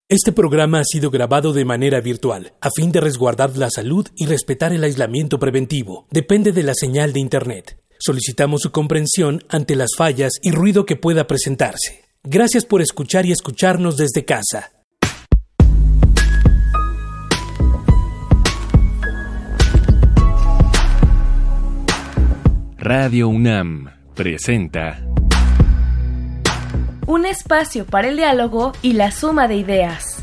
Este programa ha sido grabado de manera virtual, a fin de resguardar la salud y respetar el aislamiento preventivo. Depende de la señal de Internet. Solicitamos su comprensión ante las fallas y ruido que pueda presentarse. Gracias por escuchar y escucharnos desde casa. Radio UNAM presenta un espacio para el diálogo y la suma de ideas.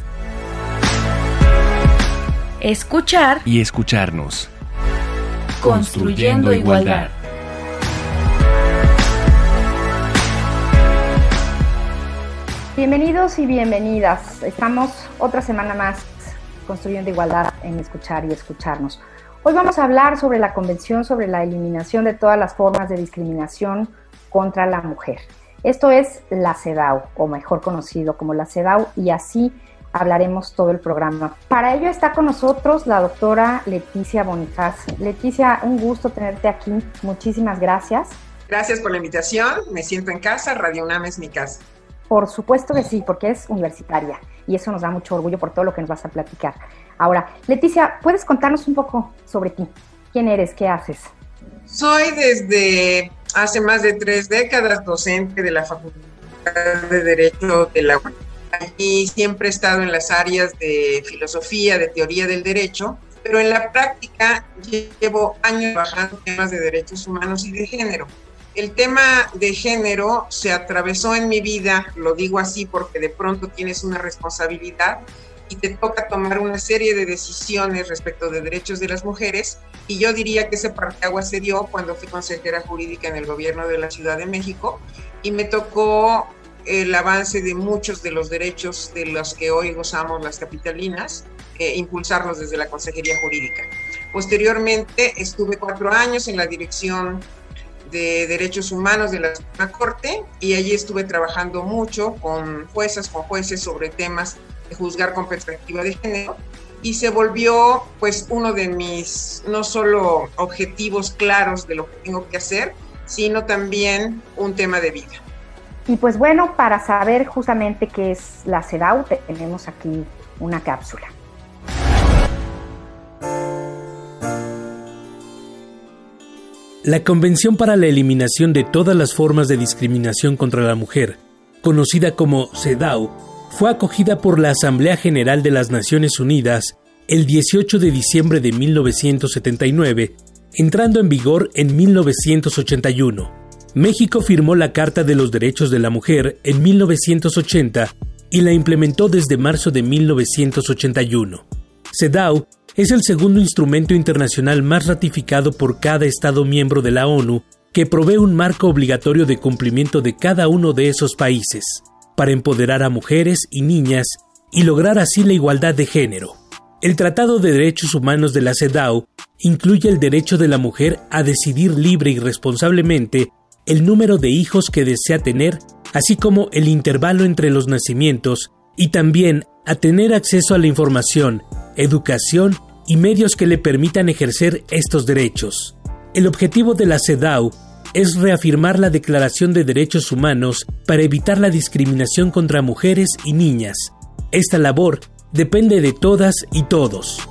Escuchar y escucharnos. Construyendo igualdad. Bienvenidos y bienvenidas. Estamos otra semana más construyendo igualdad en escuchar y escucharnos. Hoy vamos a hablar sobre la Convención sobre la Eliminación de todas las formas de discriminación contra la mujer. Esto es la CEDAW, o mejor conocido como la CEDAW, y así hablaremos todo el programa. Para ello está con nosotros la doctora Leticia Bonifaz. Leticia, un gusto tenerte aquí. Muchísimas gracias. Gracias por la invitación. Me siento en casa. Radio UNAM es mi casa. Por supuesto que sí, porque es universitaria y eso nos da mucho orgullo por todo lo que nos vas a platicar. Ahora, Leticia, ¿puedes contarnos un poco sobre ti? ¿Quién eres? ¿Qué haces? Soy desde hace más de 3 décadas docente de la Facultad de Derecho de la UNAM. Allí siempre he estado en las áreas de filosofía, de teoría del derecho, pero en la práctica llevo años trabajando en temas de derechos humanos y de género. El tema de género se atravesó en mi vida, lo digo así porque de pronto tienes una responsabilidad y te toca tomar una serie de decisiones respecto de derechos de las mujeres, y yo diría que ese parteaguas se dio cuando fui consejera jurídica en el gobierno de la Ciudad de México y me tocó el avance de muchos de los derechos de los que hoy gozamos las capitalinas, impulsarlos desde la consejería jurídica. Posteriormente estuve 4 años en la dirección de Derechos Humanos de la Suprema Corte y allí estuve trabajando mucho con juezas, con jueces sobre temas de juzgar con perspectiva de género, y se volvió pues uno de mis no solo objetivos claros de lo que tengo que hacer, sino también un tema de vida. Y pues bueno, para saber justamente qué es la CEDAW, tenemos aquí una cápsula. La Convención para la Eliminación de todas las formas de discriminación contra la mujer, conocida como CEDAW, fue acogida por la Asamblea General de las Naciones Unidas el 18 de diciembre de 1979, entrando en vigor en 1981. México firmó la Carta de los Derechos de la Mujer en 1980 y la implementó desde marzo de 1981. CEDAW es el segundo instrumento internacional más ratificado por cada Estado miembro de la ONU, que provee un marco obligatorio de cumplimiento de cada uno de esos países, para empoderar a mujeres y niñas y lograr así la igualdad de género. El Tratado de Derechos Humanos de la CEDAW incluye el derecho de la mujer a decidir libre y responsablemente el número de hijos que desea tener, así como el intervalo entre los nacimientos, y también a tener acceso a la información, educación y medios que le permitan ejercer estos derechos. El objetivo de la CEDAW es reafirmar la Declaración de Derechos Humanos para evitar la discriminación contra mujeres y niñas. Esta labor depende de todas y todos.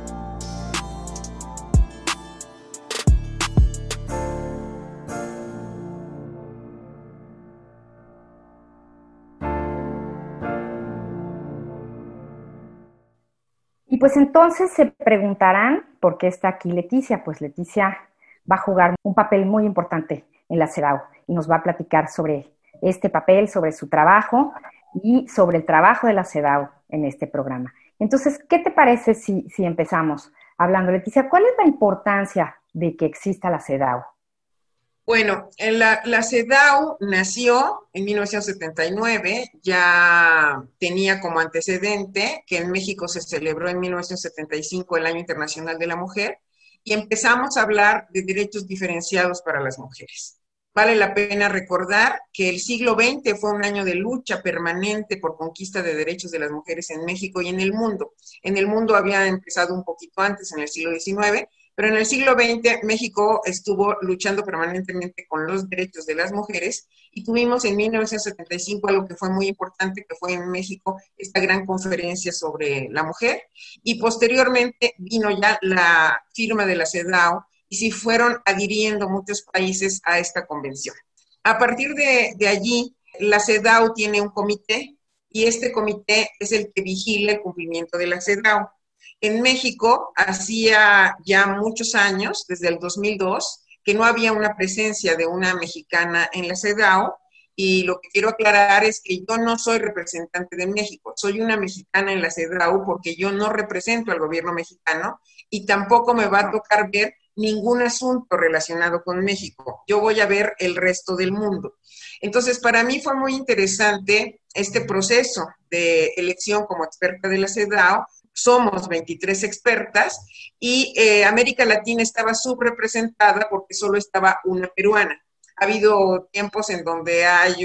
Y pues entonces se preguntarán por qué está aquí Leticia. Pues Leticia va a jugar un papel muy importante en la CEDAW y nos va a platicar sobre este papel, sobre su trabajo y sobre el trabajo de la CEDAW en este programa. Entonces, ¿qué te parece si empezamos hablando? Leticia, ¿cuál es la importancia de que exista la CEDAW? Bueno, la CEDAW nació en 1979, ya tenía como antecedente que en México se celebró en 1975 el Año Internacional de la Mujer, y empezamos a hablar de derechos diferenciados para las mujeres. Vale la pena recordar que el siglo XX fue un año de lucha permanente por conquista de derechos de las mujeres en México y en el mundo. En el mundo había empezado un poquito antes, en el siglo XIX, Pero en el siglo XX México estuvo luchando permanentemente con los derechos de las mujeres y tuvimos en 1975 algo que fue muy importante, que fue en México esta gran conferencia sobre la mujer, y posteriormente vino ya la firma de la CEDAW y se fueron adhiriendo muchos países a esta convención. A partir de allí, la CEDAW tiene un comité y este comité es el que vigila el cumplimiento de la CEDAW. En México, hacía ya muchos años, desde el 2002, que no había una presencia de una mexicana en la CEDAW, y lo que quiero aclarar es que yo no soy representante de México, soy una mexicana en la CEDAW porque yo no represento al gobierno mexicano y tampoco me va a tocar ver ningún asunto relacionado con México. Yo voy a ver el resto del mundo. Entonces, para mí fue muy interesante este proceso de elección como experta de la CEDAW. Somos 23 expertas y América Latina estaba subrepresentada porque solo estaba una peruana. Ha habido tiempos en donde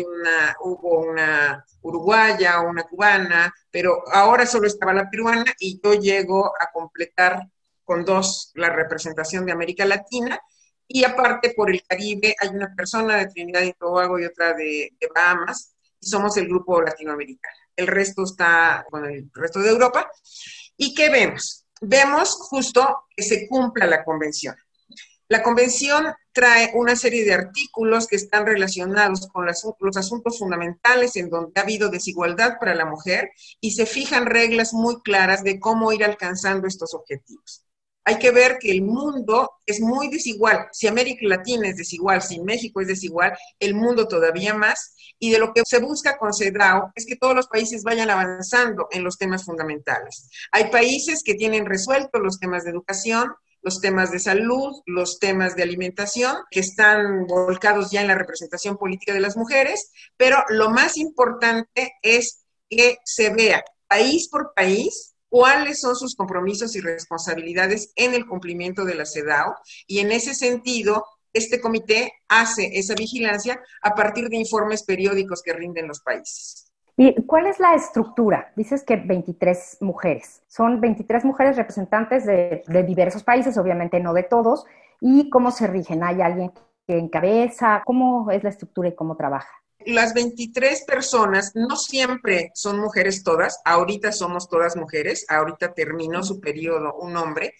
hubo una uruguaya, una cubana, pero ahora solo estaba la peruana y yo llego a completar con 2 la representación de América Latina. Y aparte, por el Caribe, hay una persona de Trinidad y Tobago y otra de Bahamas, y somos el grupo latinoamericano. El resto está con el resto de Europa. ¿Y qué vemos? Vemos justo que se cumpla la convención. La convención trae una serie de artículos que están relacionados con los asuntos fundamentales en donde ha habido desigualdad para la mujer y se fijan reglas muy claras de cómo ir alcanzando estos objetivos. Hay que ver que el mundo es muy desigual. Si América Latina es desigual, si México es desigual, el mundo todavía más. Y de lo que se busca con CEDAW es que todos los países vayan avanzando en los temas fundamentales. Hay países que tienen resueltos los temas de educación, los temas de salud, los temas de alimentación, que están volcados ya en la representación política de las mujeres, pero lo más importante es que se vea país por país cuáles son sus compromisos y responsabilidades en el cumplimiento de la CEDAW, y en ese sentido, este comité hace esa vigilancia a partir de informes periódicos que rinden los países. ¿Y cuál es la estructura? Dices que 23 mujeres. Son 23 mujeres representantes de diversos países, obviamente no de todos. ¿Y cómo se rigen? ¿Hay alguien que encabeza? ¿Cómo es la estructura y cómo trabaja? Las 23 personas no siempre son mujeres todas, ahorita somos todas mujeres, ahorita terminó su periodo un hombre,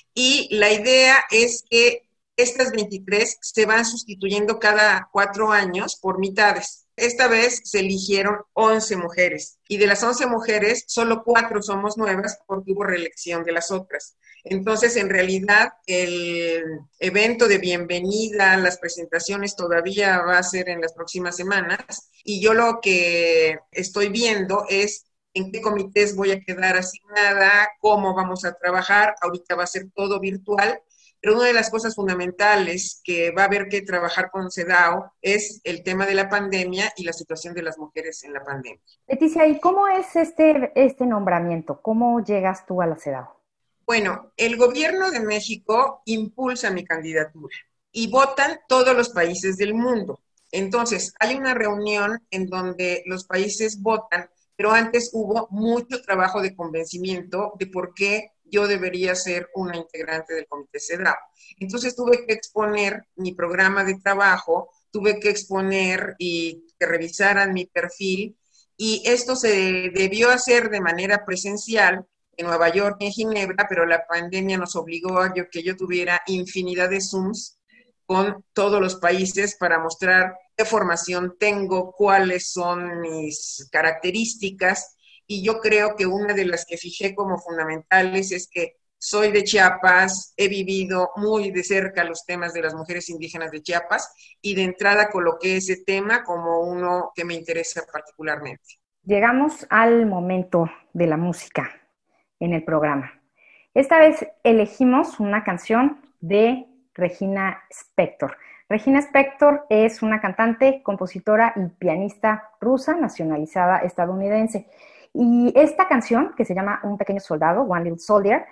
y la idea es que estas 23 se van sustituyendo cada 4 años por mitades. Esta vez se eligieron 11 mujeres, y de las 11 mujeres, solo 4 somos nuevas porque hubo reelección de las otras. Entonces, en realidad, el evento de bienvenida, las presentaciones todavía va a ser en las próximas semanas, y yo lo que estoy viendo es en qué comités voy a quedar asignada, cómo vamos a trabajar. Ahorita va a ser todo virtual, pero una de las cosas fundamentales que va a haber que trabajar con CEDAW es el tema de la pandemia y la situación de las mujeres en la pandemia. Leticia, ¿y cómo es este nombramiento? ¿Cómo llegas tú a la CEDAW? Bueno, el gobierno de México impulsa mi candidatura y votan todos los países del mundo. Entonces, hay una reunión en donde los países votan, pero antes hubo mucho trabajo de convencimiento de por qué yo debería ser una integrante del Comité CEDAW. Entonces, tuve que exponer mi programa de trabajo, tuve que exponer y que revisaran mi perfil, y esto se debió hacer de manera presencial en Nueva York y en Ginebra, pero la pandemia nos obligó a que yo tuviera infinidad de Zooms con todos los países para mostrar qué formación tengo, cuáles son mis características, y yo creo que una de las que fijé como fundamentales es que soy de Chiapas, he vivido muy de cerca los temas de las mujeres indígenas de Chiapas, y de entrada coloqué ese tema como uno que me interesa particularmente. Llegamos al momento de la música en el programa. Esta vez elegimos una canción de Regina Spektor. Regina Spektor es una cantante, compositora y pianista rusa nacionalizada estadounidense. Y esta canción, que se llama Un pequeño soldado, One Little Soldier,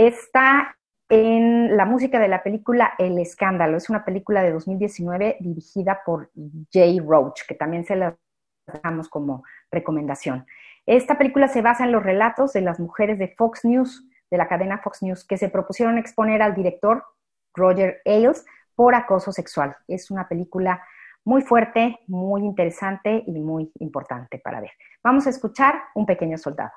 está en la música de la película El Escándalo. Es una película de 2019 dirigida por Jay Roach, que también se la damos como recomendación. Esta película se basa en los relatos de las mujeres de Fox News, de la cadena Fox News, que se propusieron exponer al director Roger Ailes por acoso sexual. Es una película muy fuerte, muy interesante y muy importante para ver. Vamos a escuchar Un pequeño soldado.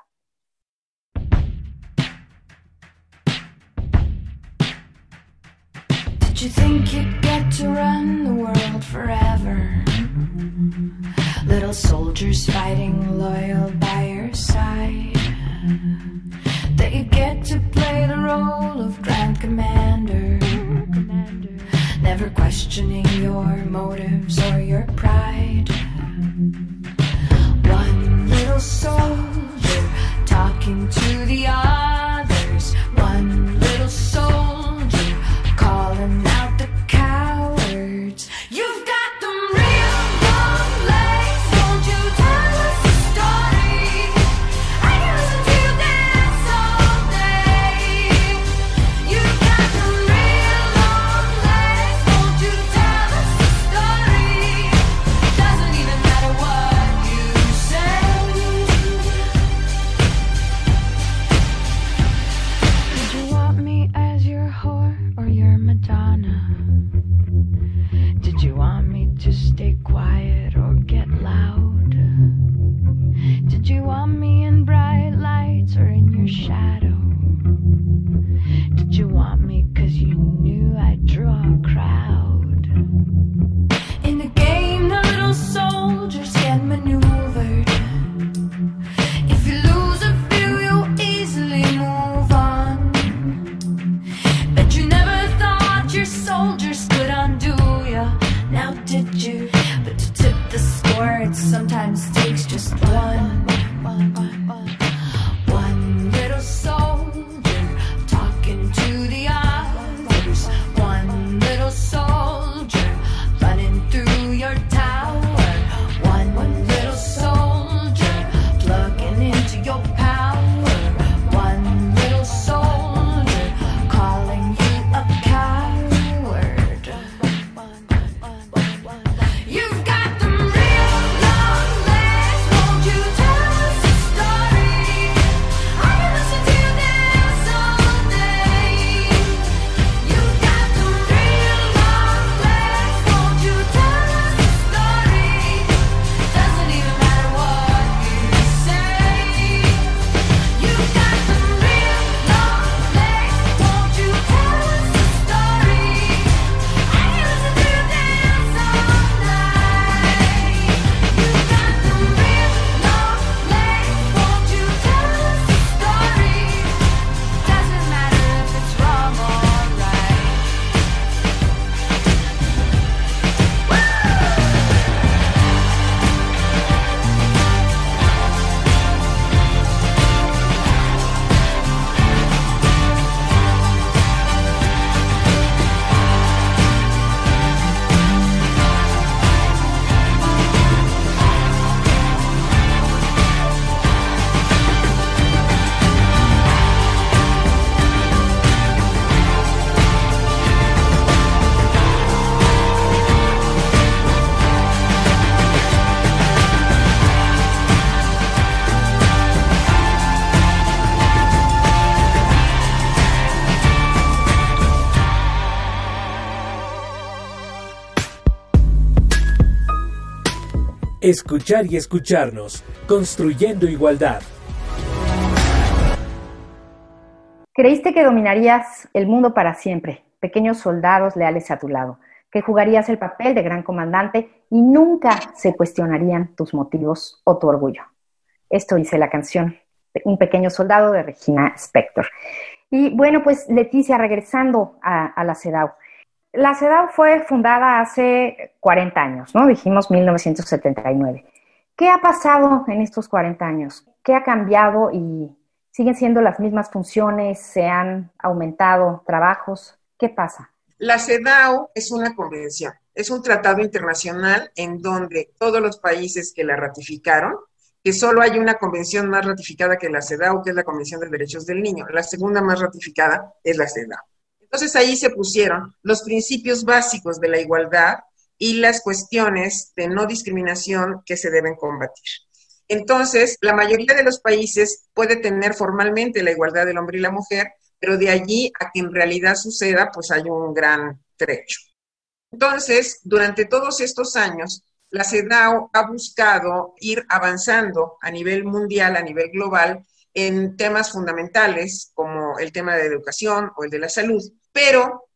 Did you think you'd get to run the world forever? Little soldiers fighting loyal by your side. That you get to play the role of Grand Commander, never questioning your motives or your pride. One little soldier talking to the others. One little soldier calling out the cowards. You've got them real long legs. Won't you tell us a story? I can listen to you dance all day. You've got them real long legs. Won't you tell us a story? Doesn't even matter what you say. Did you want me as your whore or your Madonna? Did you want me to stay quiet or get loud? Did you want me in bright lights or in your shadow? Did you want me 'cause you knew I'd draw a crowd? In the game, the little soldiers get maneuvered. If you lose a few, you'll easily move on. Bet you never thought your soldiers could undo ya. Now did you? But to tip the score, it sometimes takes just one. One little soldier talking to the others. One little soldier running through your tower. One little soldier plugging into your power. One little soldier calling you a coward. You've got them real long legs. Won't you tell us a story? I can listen to you dance all day. You've got them real long legs. Won't you tell us a story? Doesn't even matter what you say. You've got them real long legs. Won't you tell us a story? I can listen to you dance all night. You've got them real long legs. Won't you tell us a story? Doesn't matter if it's wrong or right. Escuchar y escucharnos, construyendo igualdad. Creíste que dominarías el mundo para siempre, pequeños soldados leales a tu lado, que jugarías el papel de gran comandante y nunca se cuestionarían tus motivos o tu orgullo. Esto dice la canción Un pequeño soldado de Regina Spektor. Y bueno, pues Leticia, regresando a la CEDAW. La CEDAW fue fundada hace 40 años, ¿no? Dijimos 1979. ¿Qué ha pasado en estos 40 años? ¿Qué ha cambiado y siguen siendo las mismas funciones? ¿Se han aumentado trabajos? ¿Qué pasa? La CEDAW es una convención, es un tratado internacional en donde todos los países que la ratificaron, que solo hay una convención más ratificada que la CEDAW, que es la Convención de Derechos del Niño. La segunda más ratificada es la CEDAW. Entonces ahí se pusieron los principios básicos de la igualdad y las cuestiones de no discriminación que se deben combatir. Entonces, la mayoría de los países puede tener formalmente la igualdad del hombre y la mujer, pero de allí a que en realidad suceda, pues hay un gran trecho. Entonces, durante todos estos años, la CEDAW ha buscado ir avanzando a nivel mundial, a nivel global, en temas fundamentales como el tema de educación o el de la salud, pero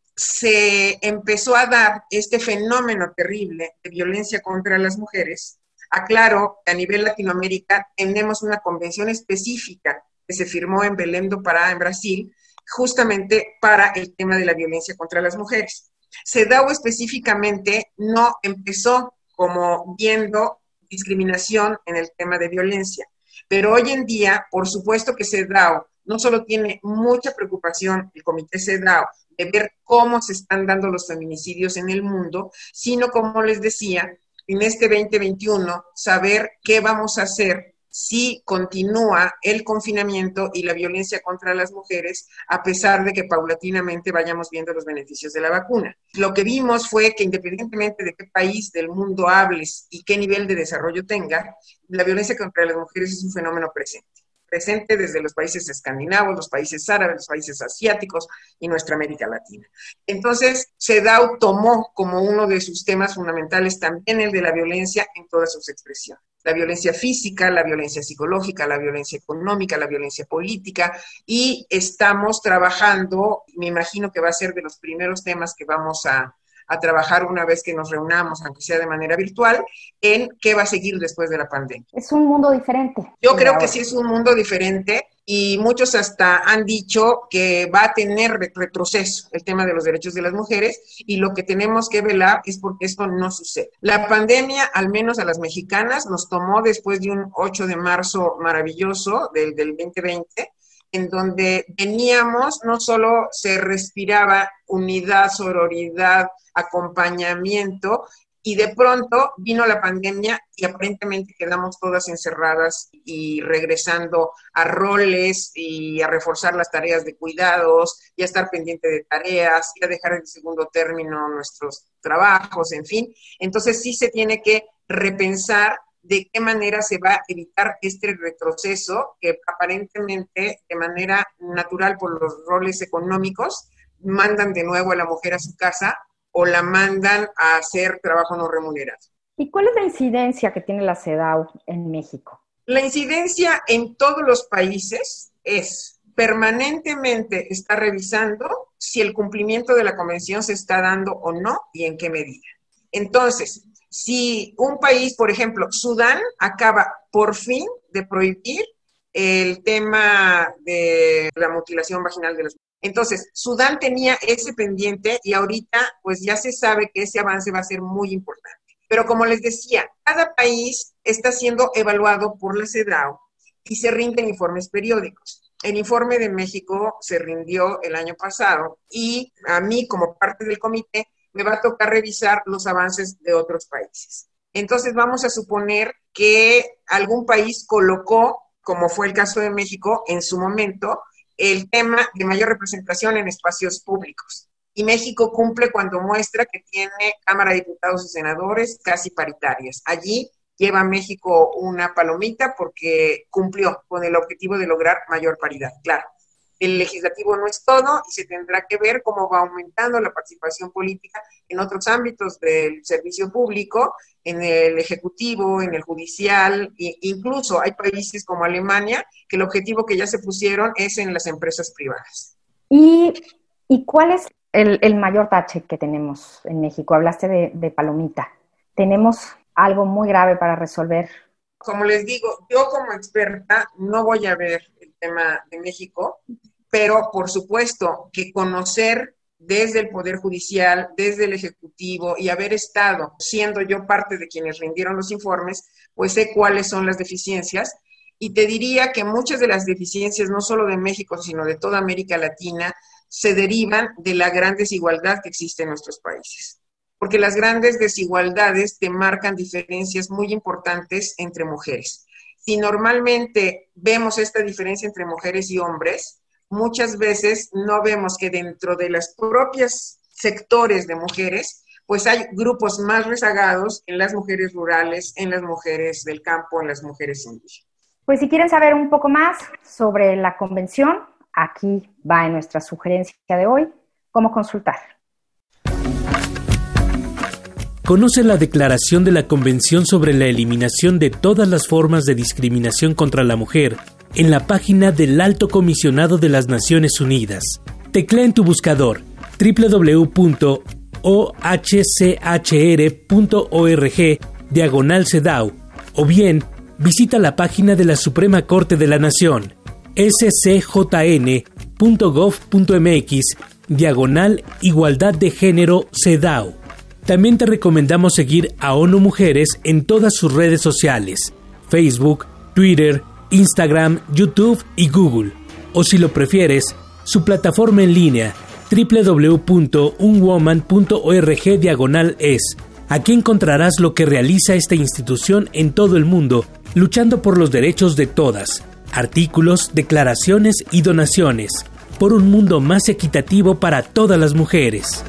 se empezó a dar este fenómeno terrible de violencia contra las mujeres. Aclaro que a nivel Latinoamérica tenemos una convención específica que se firmó en Belém do Pará, en Brasil, justamente para el tema de la violencia contra las mujeres. CEDAW específicamente no empezó como viendo discriminación en el tema de violencia, pero hoy en día, por supuesto que CEDAW no solo tiene mucha preocupación, el comité CEDAW, de ver cómo se están dando los feminicidios en el mundo, sino, como les decía, en este 2021, saber qué vamos a hacer si continúa el confinamiento y la violencia contra las mujeres, a pesar de que paulatinamente vayamos viendo los beneficios de la vacuna. Lo que vimos fue que independientemente de qué país del mundo hables y qué nivel de desarrollo tenga, la violencia contra las mujeres es un fenómeno presente desde los países escandinavos, los países árabes, los países asiáticos y nuestra América Latina. Entonces, CEDAW tomó como uno de sus temas fundamentales también el de la violencia en todas sus expresiones. La violencia física, la violencia psicológica, la violencia económica, la violencia política, y estamos trabajando, me imagino que va a ser de los primeros temas que vamos a trabajar una vez que nos reunamos, aunque sea de manera virtual, en qué va a seguir después de la pandemia. Es un mundo diferente. Yo creo que sí es un mundo diferente y muchos hasta han dicho que va a tener retroceso el tema de los derechos de las mujeres, y lo que tenemos que velar es porque esto no sucede. La pandemia, al menos a las mexicanas, nos tomó después de un 8 de marzo maravilloso del 2020, en donde veníamos, no solo se respiraba unidad, sororidad, acompañamiento, y de pronto vino la pandemia y aparentemente quedamos todas encerradas y regresando a roles y a reforzar las tareas de cuidados y a estar pendiente de tareas y a dejar en segundo término nuestros trabajos, en fin. Entonces sí se tiene que repensar de qué manera se va a evitar este retroceso que aparentemente de manera natural por los roles económicos mandan de nuevo a la mujer a su casa o la mandan a hacer trabajo no remunerado. ¿Y cuál es la incidencia que tiene la CEDAW en México? La incidencia en todos los países es permanentemente está revisando si el cumplimiento de la convención se está dando o no y en qué medida. Entonces, si un país, por ejemplo, Sudán, acaba por fin de prohibir el tema de la mutilación vaginal de las mujeres. Entonces, Sudán tenía ese pendiente y ahorita pues ya se sabe que ese avance va a ser muy importante. Pero como les decía, cada país está siendo evaluado por la CEDAW y se rinden informes periódicos. El informe de México se rindió el año pasado y a mí, como parte del comité, me va a tocar revisar los avances de otros países. Entonces vamos a suponer que algún país colocó, como fue el caso de México en su momento, el tema de mayor representación en espacios públicos. Y México cumple cuando muestra que tiene Cámara de Diputados y Senadores casi paritarias. Allí lleva México una palomita porque cumplió con el objetivo de lograr mayor paridad. Claro, el legislativo no es todo y se tendrá que ver cómo va aumentando la participación política en otros ámbitos del servicio público, en el ejecutivo, en el judicial, e incluso hay países como Alemania que el objetivo que ya se pusieron es en las empresas privadas. ¿Y cuál es el mayor tache que tenemos en México? Hablaste de palomita. ¿Tenemos algo muy grave para resolver? Como les digo, yo como experta no voy a ver el tema de México, pero por supuesto que conocer desde el Poder Judicial, desde el Ejecutivo y haber estado siendo yo parte de quienes rindieron los informes, pues sé cuáles son las deficiencias y te diría que muchas de las deficiencias, no solo de México, sino de toda América Latina, se derivan de la gran desigualdad que existe en nuestros países. Porque las grandes desigualdades te marcan diferencias muy importantes entre mujeres. Si normalmente vemos esta diferencia entre mujeres y hombres, muchas veces no vemos que dentro de las propias sectores de mujeres, pues hay grupos más rezagados en las mujeres rurales, en las mujeres del campo, en las mujeres indígenas. Pues si quieren saber un poco más sobre la convención, aquí va en nuestra sugerencia de hoy, cómo consultar. Conoce la declaración de la Convención sobre la Eliminación de todas las formas de discriminación contra la mujer en la página del Alto Comisionado de las Naciones Unidas. Teclea en tu buscador www.ochr.org/CEDAW o bien visita la página de la Suprema Corte de la Nación, scjn.gov.mx/Igualdad de Género CEDAW. También te recomendamos seguir a ONU Mujeres en todas sus redes sociales, Facebook, Twitter, Instagram, YouTube y Google. O si lo prefieres, su plataforma en línea www.unwoman.org/es. Aquí encontrarás lo que realiza esta institución en todo el mundo, luchando por los derechos de todas, artículos, declaraciones y donaciones, por un mundo más equitativo para todas las mujeres.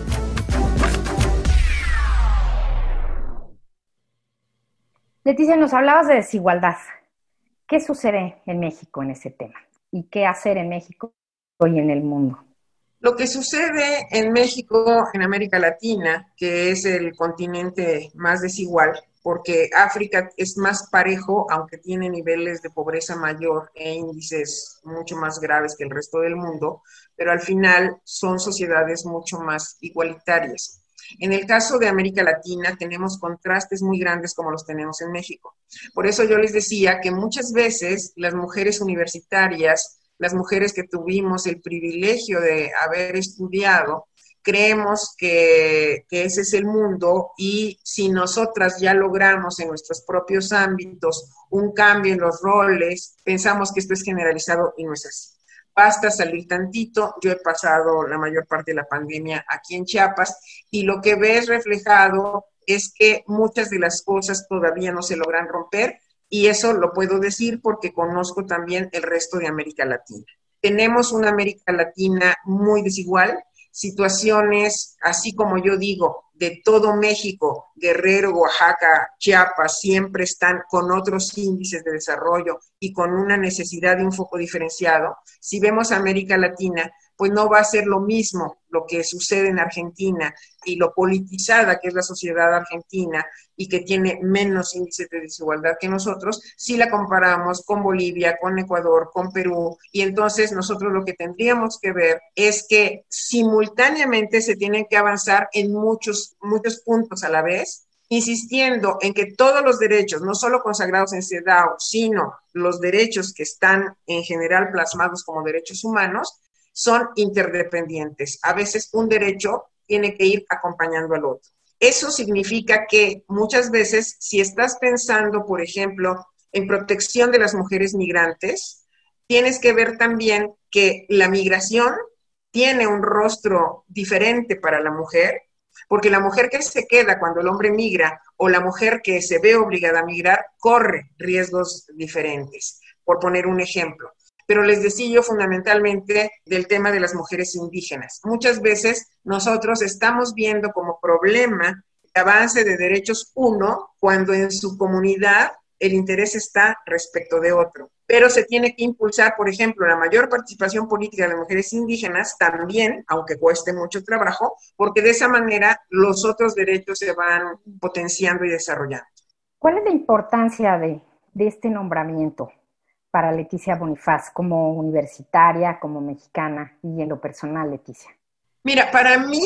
Leticia, nos hablabas de desigualdad. ¿Qué sucede en México en ese tema? ¿Y qué hacer en México y en el mundo? Lo que sucede en México, en América Latina, que es el continente más desigual, porque África es más parejo, aunque tiene niveles de pobreza mayor e índices mucho más graves que el resto del mundo, pero al final son sociedades mucho más igualitarias. En el caso de América Latina tenemos contrastes muy grandes como los tenemos en México. Por eso yo les decía que muchas veces las mujeres universitarias, las mujeres que tuvimos el privilegio de haber estudiado, creemos que ese es el mundo y si nosotras ya logramos en nuestros propios ámbitos un cambio en los roles, pensamos que esto es generalizado y no es así. Basta salir tantito, yo he pasado la mayor parte de la pandemia aquí en Chiapas y lo que ves reflejado es que muchas de las cosas todavía no se logran romper y eso lo puedo decir porque conozco también el resto de América Latina. Tenemos una América Latina muy desigual, situaciones, así como yo digo, de todo México, Guerrero, Oaxaca, Chiapas, siempre están con otros índices de desarrollo y con una necesidad de un foco diferenciado. Si vemos América Latina, pues no va a ser lo mismo lo que sucede en Argentina y lo politizada que es la sociedad argentina y que tiene menos índices de desigualdad que nosotros, si la comparamos con Bolivia, con Ecuador, con Perú, y entonces nosotros lo que tendríamos que ver es que simultáneamente se tienen que avanzar en muchos puntos a la vez, insistiendo en que todos los derechos, no solo consagrados en CEDAW, sino los derechos que están en general plasmados como derechos humanos, son interdependientes. A veces un derecho tiene que ir acompañando al otro. Eso significa que muchas veces, si estás pensando, por ejemplo, en protección de las mujeres migrantes, tienes que ver también que la migración tiene un rostro diferente para la mujer, porque la mujer que se queda cuando el hombre migra o la mujer que se ve obligada a migrar corre riesgos diferentes, por poner un ejemplo. Pero les decía yo fundamentalmente del tema de las mujeres indígenas. Muchas veces nosotros estamos viendo como problema el avance de derechos uno, cuando en su comunidad el interés está respecto de otro. Pero se tiene que impulsar, por ejemplo, la mayor participación política de las mujeres indígenas también, aunque cueste mucho trabajo, porque de esa manera los otros derechos se van potenciando y desarrollando. ¿Cuál es la importancia de este nombramiento para Leticia Bonifaz como universitaria, como mexicana y en lo personal, Leticia? Mira, para mí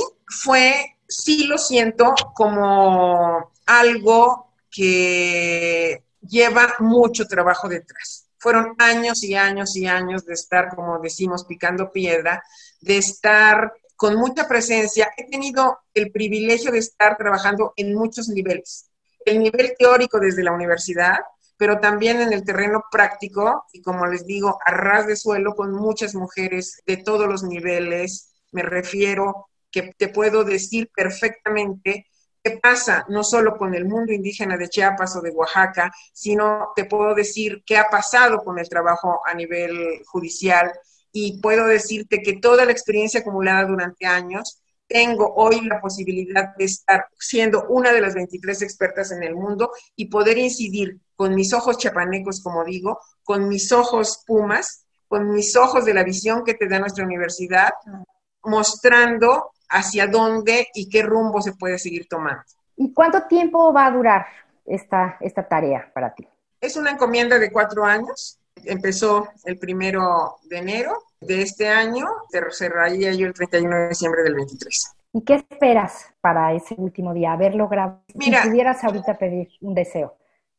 sí lo siento como algo que lleva mucho trabajo detrás. Fueron años y años y años de estar, como decimos, picando piedra, de estar con mucha presencia. He tenido el privilegio de estar trabajando en muchos niveles. El nivel teórico desde la universidad, pero también en el terreno práctico y, como les digo, a ras de suelo con muchas mujeres de todos los niveles. Me refiero que te puedo decir perfectamente qué pasa no solo con el mundo indígena de Chiapas o de Oaxaca, sino te puedo decir qué ha pasado con el trabajo a nivel judicial y puedo decirte que toda la experiencia acumulada durante años, tengo hoy la posibilidad de estar siendo una de las 23 expertas en el mundo y poder incidir con mis ojos chiapanecos, como digo, con mis ojos pumas, con mis ojos de la visión que te da nuestra universidad, mostrando hacia dónde y qué rumbo se puede seguir tomando. ¿Y cuánto tiempo va a durar esta tarea para ti? Es una encomienda de 4 años. Empezó el 1 de enero de este año, cerraría yo el 31 de diciembre del 23. ¿Y qué esperas para ese último día? Haber logrado, Mira, si pudieras ahorita pedir un deseo.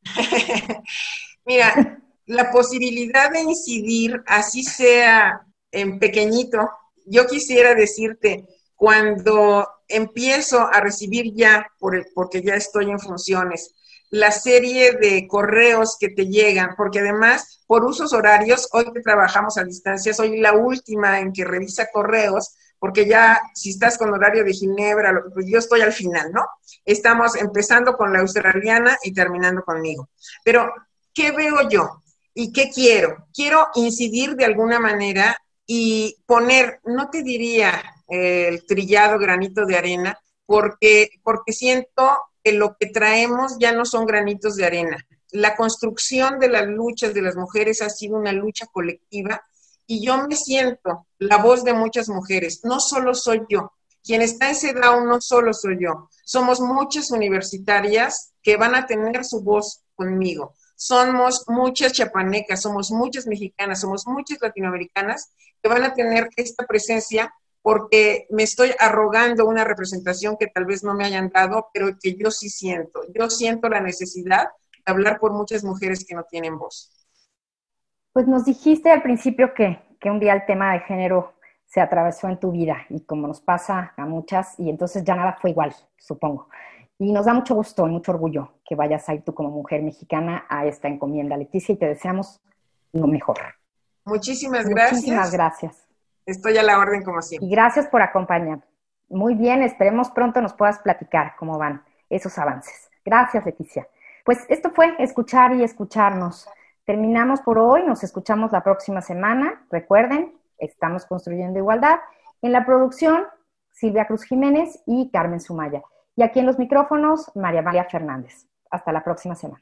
Mira, la posibilidad de incidir, así sea en pequeñito, yo quisiera decirte, cuando empiezo a recibir ya, porque ya estoy en funciones, la serie de correos que te llegan, porque además, por usos horarios, hoy que trabajamos a distancia, soy la última en que revisa correos, porque ya, si estás con horario de Ginebra, pues yo estoy al final, ¿no? Estamos empezando con la australiana y terminando conmigo. Pero, ¿qué veo yo? ¿Y qué quiero? Quiero incidir de alguna manera y poner, no te diría el trillado granito de arena, porque siento que lo que traemos ya no son granitos de arena. La construcción de las luchas de las mujeres ha sido una lucha colectiva y yo me siento la voz de muchas mujeres. No solo soy yo. Quien está en CEDAW no solo soy yo. Somos muchas universitarias que van a tener su voz conmigo. Somos muchas chapanecas, somos muchas mexicanas, somos muchas latinoamericanas que van a tener esta presencia porque me estoy arrogando una representación que tal vez no me hayan dado, pero que yo sí siento. Yo siento la necesidad de hablar por muchas mujeres que no tienen voz. Pues nos dijiste al principio que un día el tema de género se atravesó en tu vida y como nos pasa a muchas, y entonces ya nada fue igual, supongo. Y nos da mucho gusto y mucho orgullo que vayas a ir tú como mujer mexicana a esta encomienda, Leticia, y te deseamos lo mejor. Muchísimas gracias. Muchísimas gracias. Estoy a la orden como siempre. Y gracias por acompañar. Muy bien, esperemos pronto nos puedas platicar cómo van esos avances. Gracias, Leticia. Pues esto fue Escuchar y Escucharnos. Terminamos por hoy, nos escuchamos la próxima semana. Recuerden, estamos construyendo igualdad. En la producción, Silvia Cruz Jiménez y Carmen Sumaya. Y aquí en los micrófonos, María Amalia Fernández. Hasta la próxima semana.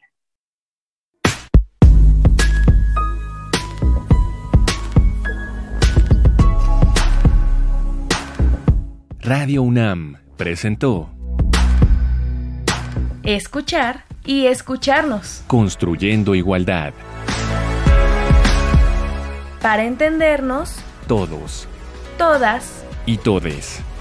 Radio UNAM presentó Escuchar y escucharnos. Construyendo Igualdad. Para entendernos, Todos todas y todes.